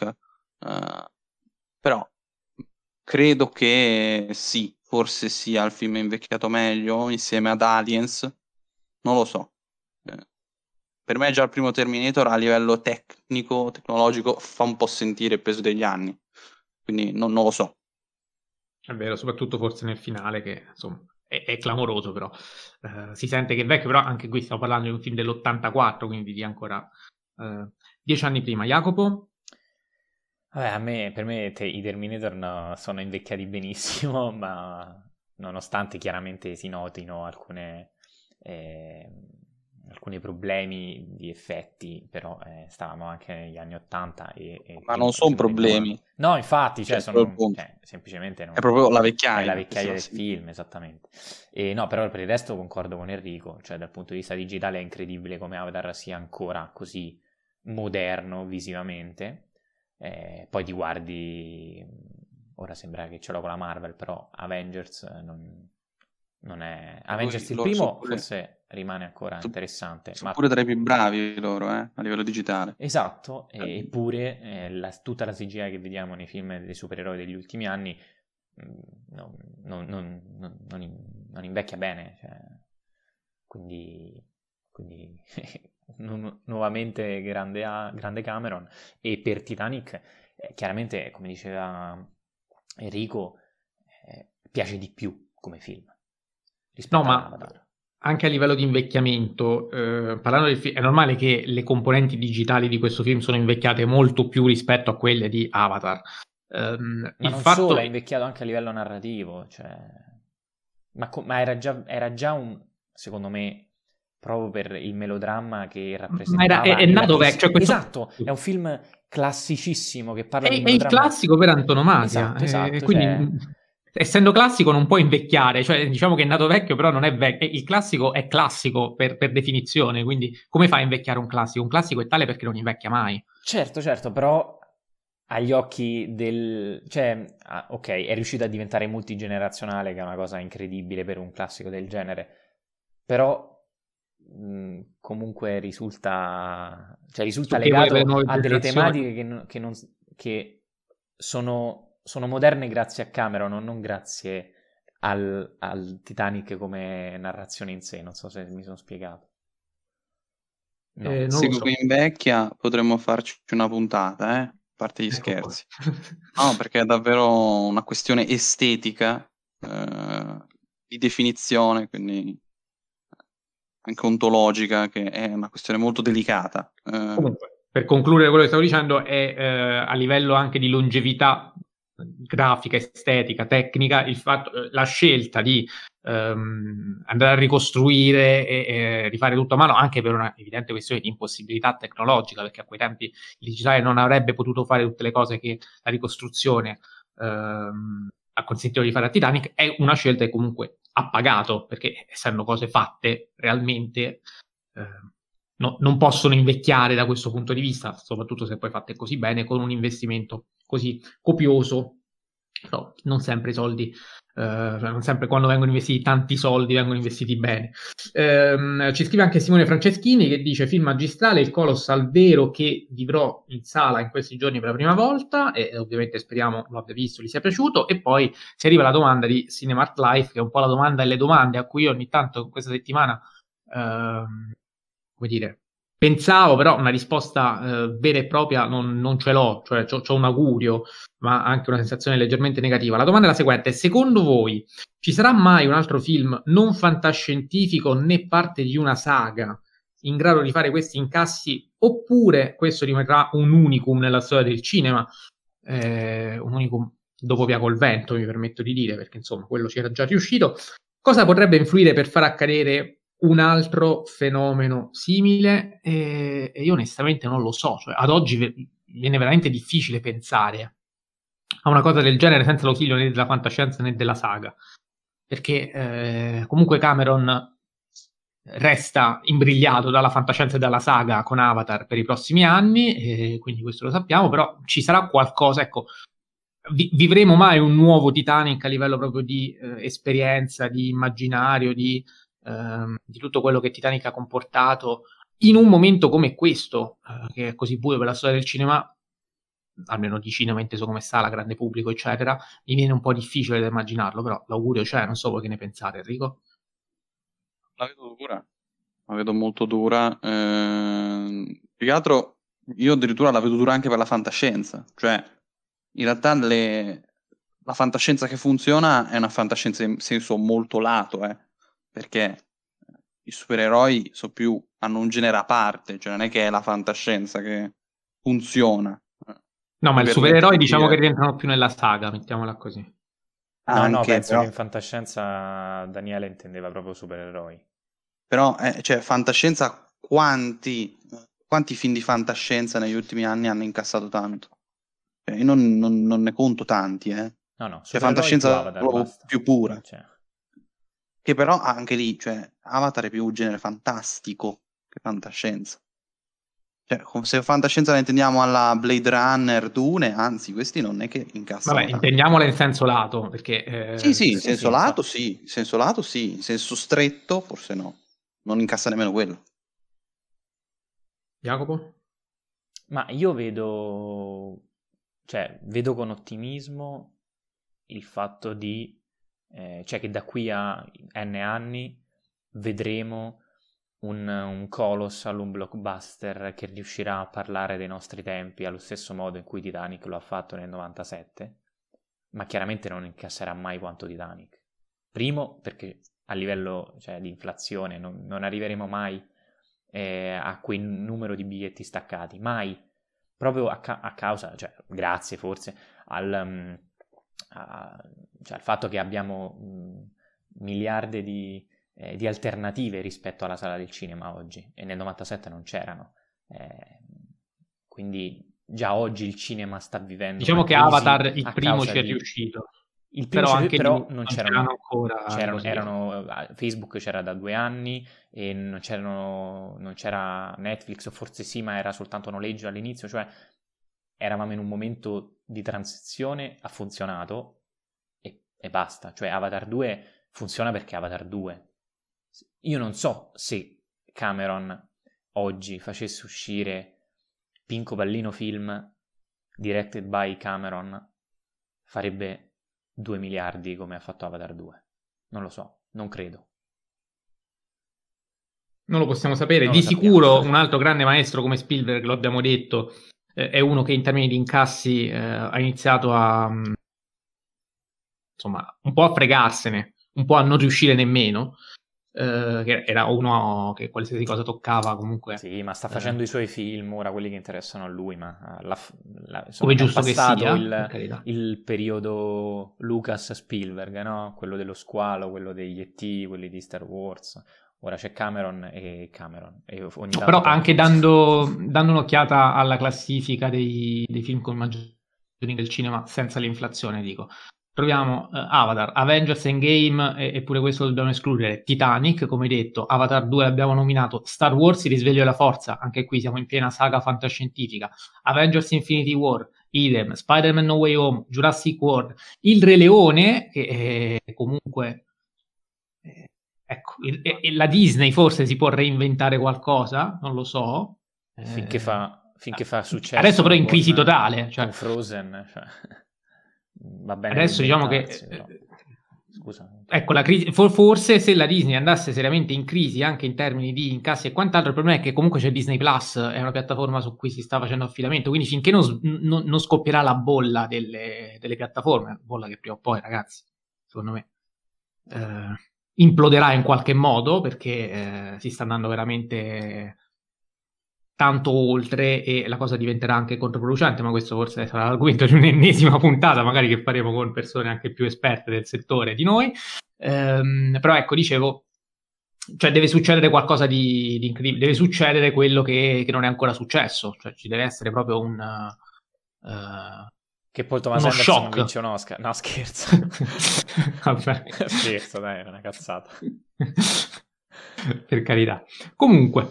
Però credo che sì, forse sia il film invecchiato meglio insieme ad Aliens, non lo so. Per me già il primo Terminator a livello tecnico, tecnologico, fa un po' sentire il peso degli anni, quindi non lo so. È vero, soprattutto forse nel finale, che insomma è clamoroso, però si sente che è vecchio, però anche qui stiamo parlando di un film dell'84, quindi di ancora 10 anni prima. Jacopo? Vabbè, per me i Terminator sono invecchiati benissimo, ma nonostante chiaramente si notino alcuni problemi di effetti, però stavamo anche negli anni 80 e Ma non i sono primi del 90. problemi, No, infatti, cioè, quello è il punto. semplicemente È proprio la è la vecchiaia che si vecchiaia va a del sentire. film, esattamente. E no, però per il resto concordo con Enrico, cioè dal punto di vista digitale è incredibile come Avatar sia ancora così moderno visivamente. Poi ti guardi, ora sembra che ce l'ho con la Marvel, però Avengers non è... Avengers il Loro sono primo pure, forse rimane ancora interessante, sono ma pure tra i più bravi loro, a livello digitale. esatto, eppure tutta la CGI che vediamo nei film dei supereroi degli ultimi anni non invecchia bene, cioè, quindi nuovamente grande Cameron. E per Titanic chiaramente, come diceva Enrico, piace di più come film No, rispetto ad ma Avatar. anche a livello di invecchiamento, parlando del film, è normale che le componenti digitali di questo film sono invecchiate molto più rispetto a quelle di Avatar. Ma Il non solo, fatto è invecchiato anche a livello narrativo, cioè... ma era già secondo me, proprio per il melodramma che ma rappresentava è e la nato vecchio, cioè questo Esatto, è un film classicissimo che parla di è il melodramma. classico per antonomasia, Esatto, quindi cioè... essendo classico non può invecchiare, cioè diciamo che è nato vecchio, però non è vecchio. Il classico è classico per definizione, quindi come fa a invecchiare un classico? Un classico è tale perché non invecchia mai. Certo, però agli occhi cioè, ok, è riuscito a diventare multigenerazionale, che è una cosa incredibile per un classico del genere, però comunque risulta Stucchevole per le legato nuove a delle generazioni. tematiche che sono moderne grazie a Cameron, non grazie al Titanic come narrazione in sé. Non so se mi sono spiegato. No. Non lo Secondo so. me invecchia, potremmo farci una puntata, a parte gli Ecco qua. scherzi. No, perché è davvero una questione estetica, di definizione, quindi anche ontologica, che è una questione molto delicata. Comunque, per concludere quello che stavo dicendo, è a livello anche di longevità grafica, estetica, tecnica, la scelta di andare a ricostruire e rifare tutto a mano, anche per una evidente questione di impossibilità tecnologica, perché a quei tempi il digitale non avrebbe potuto fare tutte le cose che la ricostruzione ha consentito di fare a Titanic, è una scelta che comunque ha pagato, perché essendo cose fatte realmente non possono invecchiare da questo punto di vista, soprattutto se poi fatte così bene, con un investimento così copioso però non sempre i soldi, cioè non sempre quando vengono investiti tanti soldi vengono investiti bene. Ci scrive anche Simone Franceschini che dice: film magistrale, il Colossal vero che vivrò in sala in questi giorni per la prima volta, e ovviamente speriamo lo abbia visto, gli sia piaciuto. E poi si arriva alla domanda di Cinemark Life, che è un po' la domanda delle domande a cui io ogni tanto questa settimana come dire, pensavo, però una risposta vera e propria non ce l'ho, cioè c'ho un augurio, ma anche una sensazione leggermente negativa. La domanda è la seguente: secondo voi ci sarà mai un altro film non fantascientifico né parte di una saga in grado di fare questi incassi, oppure questo rimarrà un unicum nella storia del cinema? Un unicum dopo Via col vento, mi permetto di dire, perché insomma quello ci era già riuscito. Cosa potrebbe influire per far accadere un altro fenomeno simile? E io onestamente non lo so, cioè, ad oggi viene veramente difficile pensare a una cosa del genere senza l'ausilio né della fantascienza né della saga, perché comunque Cameron resta imbrigliato dalla fantascienza e dalla saga con Avatar per i prossimi anni, e quindi questo lo sappiamo, però ci sarà qualcosa, ecco, vivremo mai un nuovo Titanic a livello proprio di esperienza, di immaginario, di tutto quello che Titanic ha comportato in un momento come questo, che è così buio per la storia del cinema, almeno di cinema inteso come sala, grande pubblico, eccetera. Mi viene un po' difficile da immaginarlo, però l'augurio c'è, non so voi che ne pensate, Enrico. La vedo dura, la vedo molto dura. Più che altro, io addirittura la vedo dura anche per la fantascienza. Cioè, in realtà la fantascienza che funziona è una fantascienza in senso molto lato, perché i supereroi hanno un genere a parte, cioè non è che è la fantascienza che funziona. No, ma il Per supereroe niente diciamo che dire. rientrano più nella saga, mettiamola così. No, Anche, penso però, che in fantascienza Daniele intendeva proprio supereroi. però cioè, fantascienza, quanti film di fantascienza negli ultimi anni hanno incassato tanto? Io non ne conto tanti, No, Cioè, supereroi più fantascienza Avatar, proprio basta. più pura. Cioè, Che però anche lì, cioè, Avatar è più un genere fantastico che fantascienza. Cioè, se fantascienza la intendiamo alla Blade Runner, Dune, anzi, questi non è che incassano Vabbè, tanto. intendiamola in senso lato, perché Sì, sì, in sì, senso lato infatti. sì, in senso lato sì, in senso stretto forse no. Non incassa nemmeno quello. Jacopo? Ma io vedo con ottimismo il fatto cioè che da qui a N anni vedremo un colossal, un blockbuster che riuscirà a parlare dei nostri tempi allo stesso modo in cui Titanic lo ha fatto nel 97, ma chiaramente non incasserà mai quanto Titanic. Primo perché a livello, cioè, di inflazione non arriveremo mai a quel numero di biglietti staccati, mai, proprio a causa, cioè grazie forse al fatto che abbiamo miliardi di alternative rispetto alla sala del cinema oggi, e nel 97 non c'erano. Quindi già oggi il cinema sta vivendo Diciamo una che crisi Avatar il a primo causa ci è di... riuscito, Il primo però anche lì però non non c'erano c'erano, ancora le cose dietro. Facebook c'era da 2 anni e non c'era Netflix, o forse sì, ma era soltanto noleggio all'inizio, cioè eravamo in un momento di transizione, ha funzionato e basta. Cioè Avatar 2 funziona perché Avatar 2. Io non so se Cameron oggi facesse uscire Pinco Pallino Film, directed by Cameron, farebbe 2 miliardi come ha fatto Avatar 2. Non lo so, non credo. Non lo possiamo sapere. Non Di lo sappiamo. sicuro un altro grande maestro come Spielberg, lo abbiamo detto, è uno che in termini di incassi ha iniziato a insomma un po' a fregarsene, un po' a non riuscire nemmeno, che era uno che qualsiasi cosa toccava comunque Sì, ma sta facendo i suoi film ora, quelli che interessano a lui, ma insomma, come è giusto che passato sia, per carità. il periodo Lucas Spielberg, no? Quello dello squalo, quello degli E.T., quelli di Star Wars. Ora c'è Cameron e ogni tanto Però Tom anche Cruise. dando un'occhiata alla classifica dei film con maggiori del cinema senza l'inflazione, dico. Troviamo Avatar, Avengers Endgame, e pure questo lo dobbiamo escludere, Titanic, come detto, Avatar 2 l'abbiamo nominato, Star Wars, Il risveglio della forza, anche qui siamo in piena saga fantascientifica, Avengers Infinity War, idem, Spider-Man No Way Home, Jurassic World, Il Re Leone, che comunque ecco, la Disney forse si può reinventare qualcosa, non lo so. Finché fa successo adesso però è in crisi totale. Cioè, con Frozen, cioè, va bene adesso diciamo che però. Scusa. Ecco, la crisi, forse se la Disney andasse seriamente in crisi anche in termini di incassi e quant'altro, il problema è che comunque c'è Disney Plus, è una piattaforma su cui si sta facendo affidamento, quindi finché non scoppierà la bolla delle piattaforme, bolla che prima o poi, ragazzi, secondo me, imploderà in qualche modo, perché si sta andando veramente tanto oltre e la cosa diventerà anche controproducente, ma questo forse sarà l'argomento di un'ennesima puntata, magari che faremo con persone anche più esperte del settore di noi. Però ecco, dicevo, cioè deve succedere qualcosa di incredibile, deve succedere quello che non è ancora successo, cioè ci deve essere proprio che poi Thomas uno Anderson shock. vince un Oscar. No, scherzo. Vabbè. Scherzo, dai, è una cazzata. Per carità. Comunque,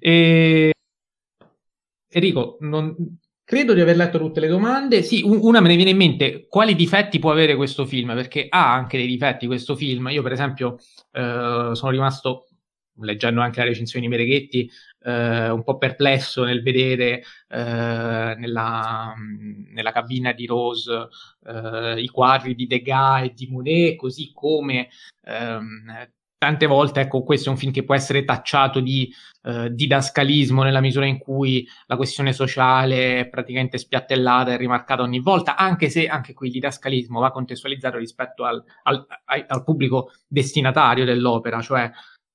Enrico, credo di aver letto tutte le domande. Sì, una me ne viene in mente. Quali difetti può avere questo film? Perché ha anche dei difetti questo film. Io, per esempio, sono rimasto, leggendo anche la recensione di Mereghetti, un po' perplesso nel vedere nella cabina di Rose i quadri di Degas e di Monet, così come tante volte, ecco, questo è un film che può essere tacciato di didascalismo, nella misura in cui la questione sociale è praticamente spiattellata e rimarcata ogni volta, anche se anche qui il didascalismo va contestualizzato rispetto al pubblico destinatario dell'opera, cioè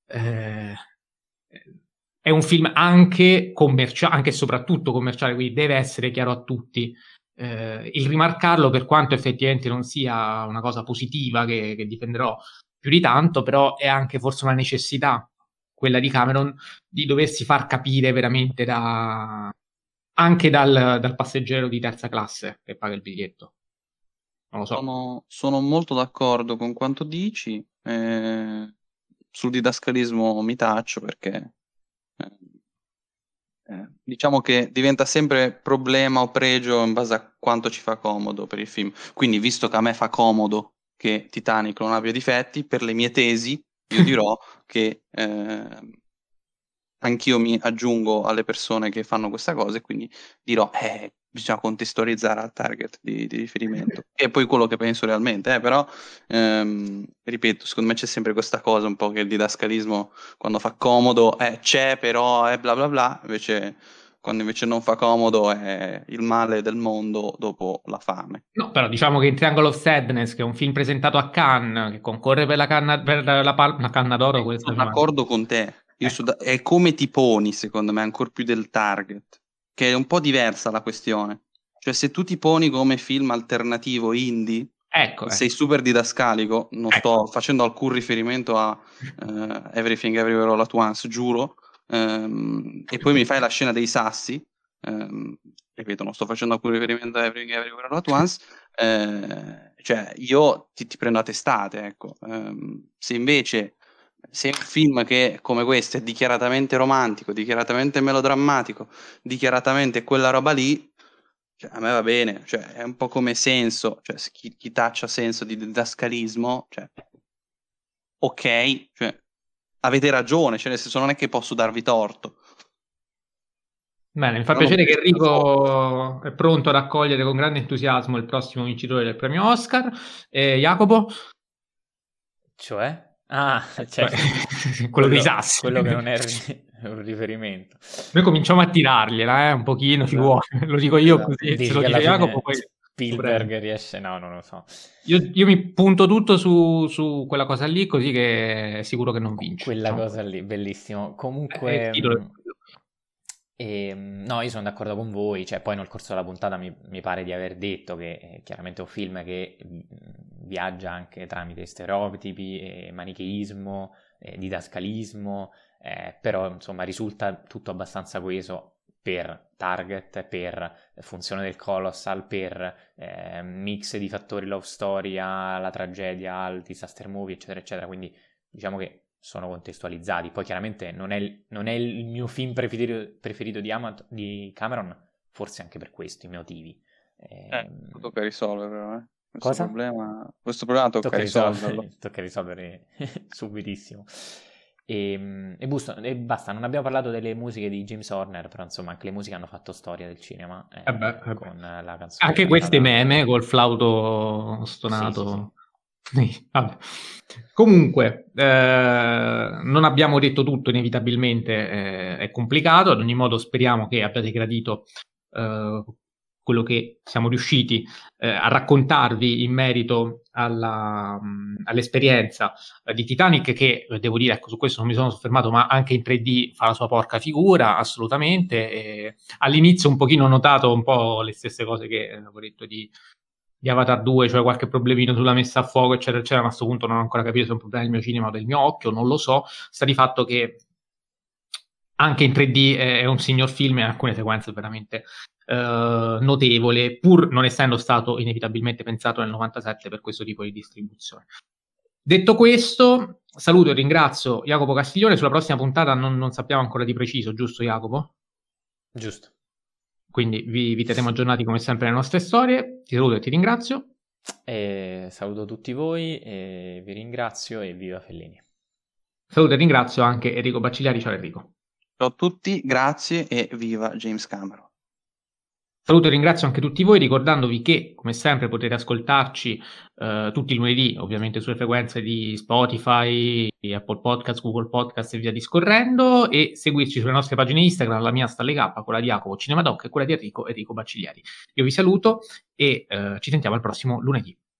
è un film anche commerciale, anche e soprattutto commerciale, quindi deve essere chiaro a tutti. Il rimarcarlo, per quanto effettivamente non sia una cosa positiva che difenderò più di tanto, però è anche forse una necessità, quella di Cameron, di doversi far capire veramente anche dal passeggero di terza classe che paga il biglietto. Non lo so. Sono molto d'accordo con quanto dici. Sul didascalismo mi taccio perché diciamo che diventa sempre problema o pregio in base a quanto ci fa comodo per il film. Quindi, visto che a me fa comodo che Titanic non abbia difetti, per le mie tesi io dirò che anch'io mi aggiungo alle persone che fanno questa cosa e quindi dirò bisogna contestualizzare al target di riferimento, che è poi quello che penso realmente, però ripeto, secondo me c'è sempre questa cosa un po' che il didascalismo quando fa comodo c'è, però è bla bla bla, invece quando invece non fa comodo è il male del mondo dopo la fame. No, però diciamo che in Triangle of Sadness, che è un film presentato a Cannes, che concorre per la canna d'oro, Sono d'accordo con te. È come ti poni, secondo me, ancora più del target, che è un po' diversa la questione. Cioè, se tu ti poni come film alternativo indie, sei super didascalico, non sto facendo alcun riferimento a Everything Everywhere All At Once, giuro, e poi mi fai la scena dei sassi, ripeto, non sto facendo alcun riferimento a Everything Everywhere All At Once, cioè io ti prendo a testate, ecco. Se invece sei un film che come questo è dichiaratamente romantico, dichiaratamente melodrammatico, dichiaratamente quella roba lì, cioè, a me va bene, cioè è un po' come Senso, cioè chi taccia Senso di didascalismo, cioè ok, cioè avete ragione, cioè nel senso non è che posso darvi torto. Bene, mi fa piacere che Enrico è pronto ad accogliere con grande entusiasmo il prossimo vincitore del premio Oscar. Jacopo? Cioè? Ah, cioè, quello dei sassi. Quello che non è un riferimento. Noi cominciamo a tirargliela, un pochino, si vuole. Lo dico io così, Dici se lo che dice alla Jacopo fine poi Spielberg riesce... No, non lo so. Io mi punto tutto su quella cosa lì, così che è sicuro che non vince. Quella cosa lì, bellissimo. Comunque... no, io sono d'accordo con voi, cioè poi nel corso della puntata mi pare di aver detto che è chiaramente un film che viaggia anche tramite stereotipi, manicheismo, didascalismo, però insomma risulta tutto abbastanza coeso per target, per funzione del colossal, per mix di fattori love story alla tragedia, al disaster movie, eccetera, eccetera, quindi diciamo che sono contestualizzati. Poi chiaramente non è il mio film preferito di Cameron, forse anche per questi motivi. Tocca risolverlo, Cosa? Questo problema tocca risolverlo. Tocca risolvere subitissimo. E basta, non abbiamo parlato delle musiche di James Horner, però insomma anche le musiche hanno fatto storia del cinema con la canzone anche queste meme col flauto stonato. Sì. Vabbè. Comunque non abbiamo detto tutto, inevitabilmente è complicato. Ad ogni modo speriamo che abbiate gradito quello che siamo riusciti a raccontarvi in merito all'esperienza di Titanic, che devo dire, ecco, su questo non mi sono soffermato, ma anche in 3D fa la sua porca figura, assolutamente. All'inizio un pochino ho notato un po' le stesse cose che avevo detto di Avatar 2, cioè qualche problemino sulla messa a fuoco, eccetera, eccetera, ma a questo punto non ho ancora capito se è un problema del mio cinema o del mio occhio, non lo so. Sta di fatto che anche in 3D è un signor film e alcune sequenze veramente notevole, pur non essendo stato inevitabilmente pensato nel 97 per questo tipo di distribuzione. Detto questo, saluto e ringrazio Jacopo Castiglione. Sulla prossima puntata non sappiamo ancora di preciso, giusto Jacopo? Giusto. Quindi vi terremo aggiornati come sempre nelle nostre storie. Ti saluto e ti ringrazio. Saluto tutti voi, vi ringrazio e viva Fellini. Saluto e ringrazio anche Enrico Baccigliari. Ciao Enrico. Ciao a tutti, grazie e viva James Cameron. Saluto e ringrazio anche tutti voi, ricordandovi che, come sempre, potete ascoltarci tutti i lunedì, ovviamente sulle frequenze di Spotify, Apple Podcast, Google Podcast e via discorrendo, e seguirci sulle nostre pagine Instagram, la mia sta K, quella di Jacopo Cinemadoc e quella di Enrico Baccigliari. Io vi saluto e ci sentiamo al prossimo lunedì.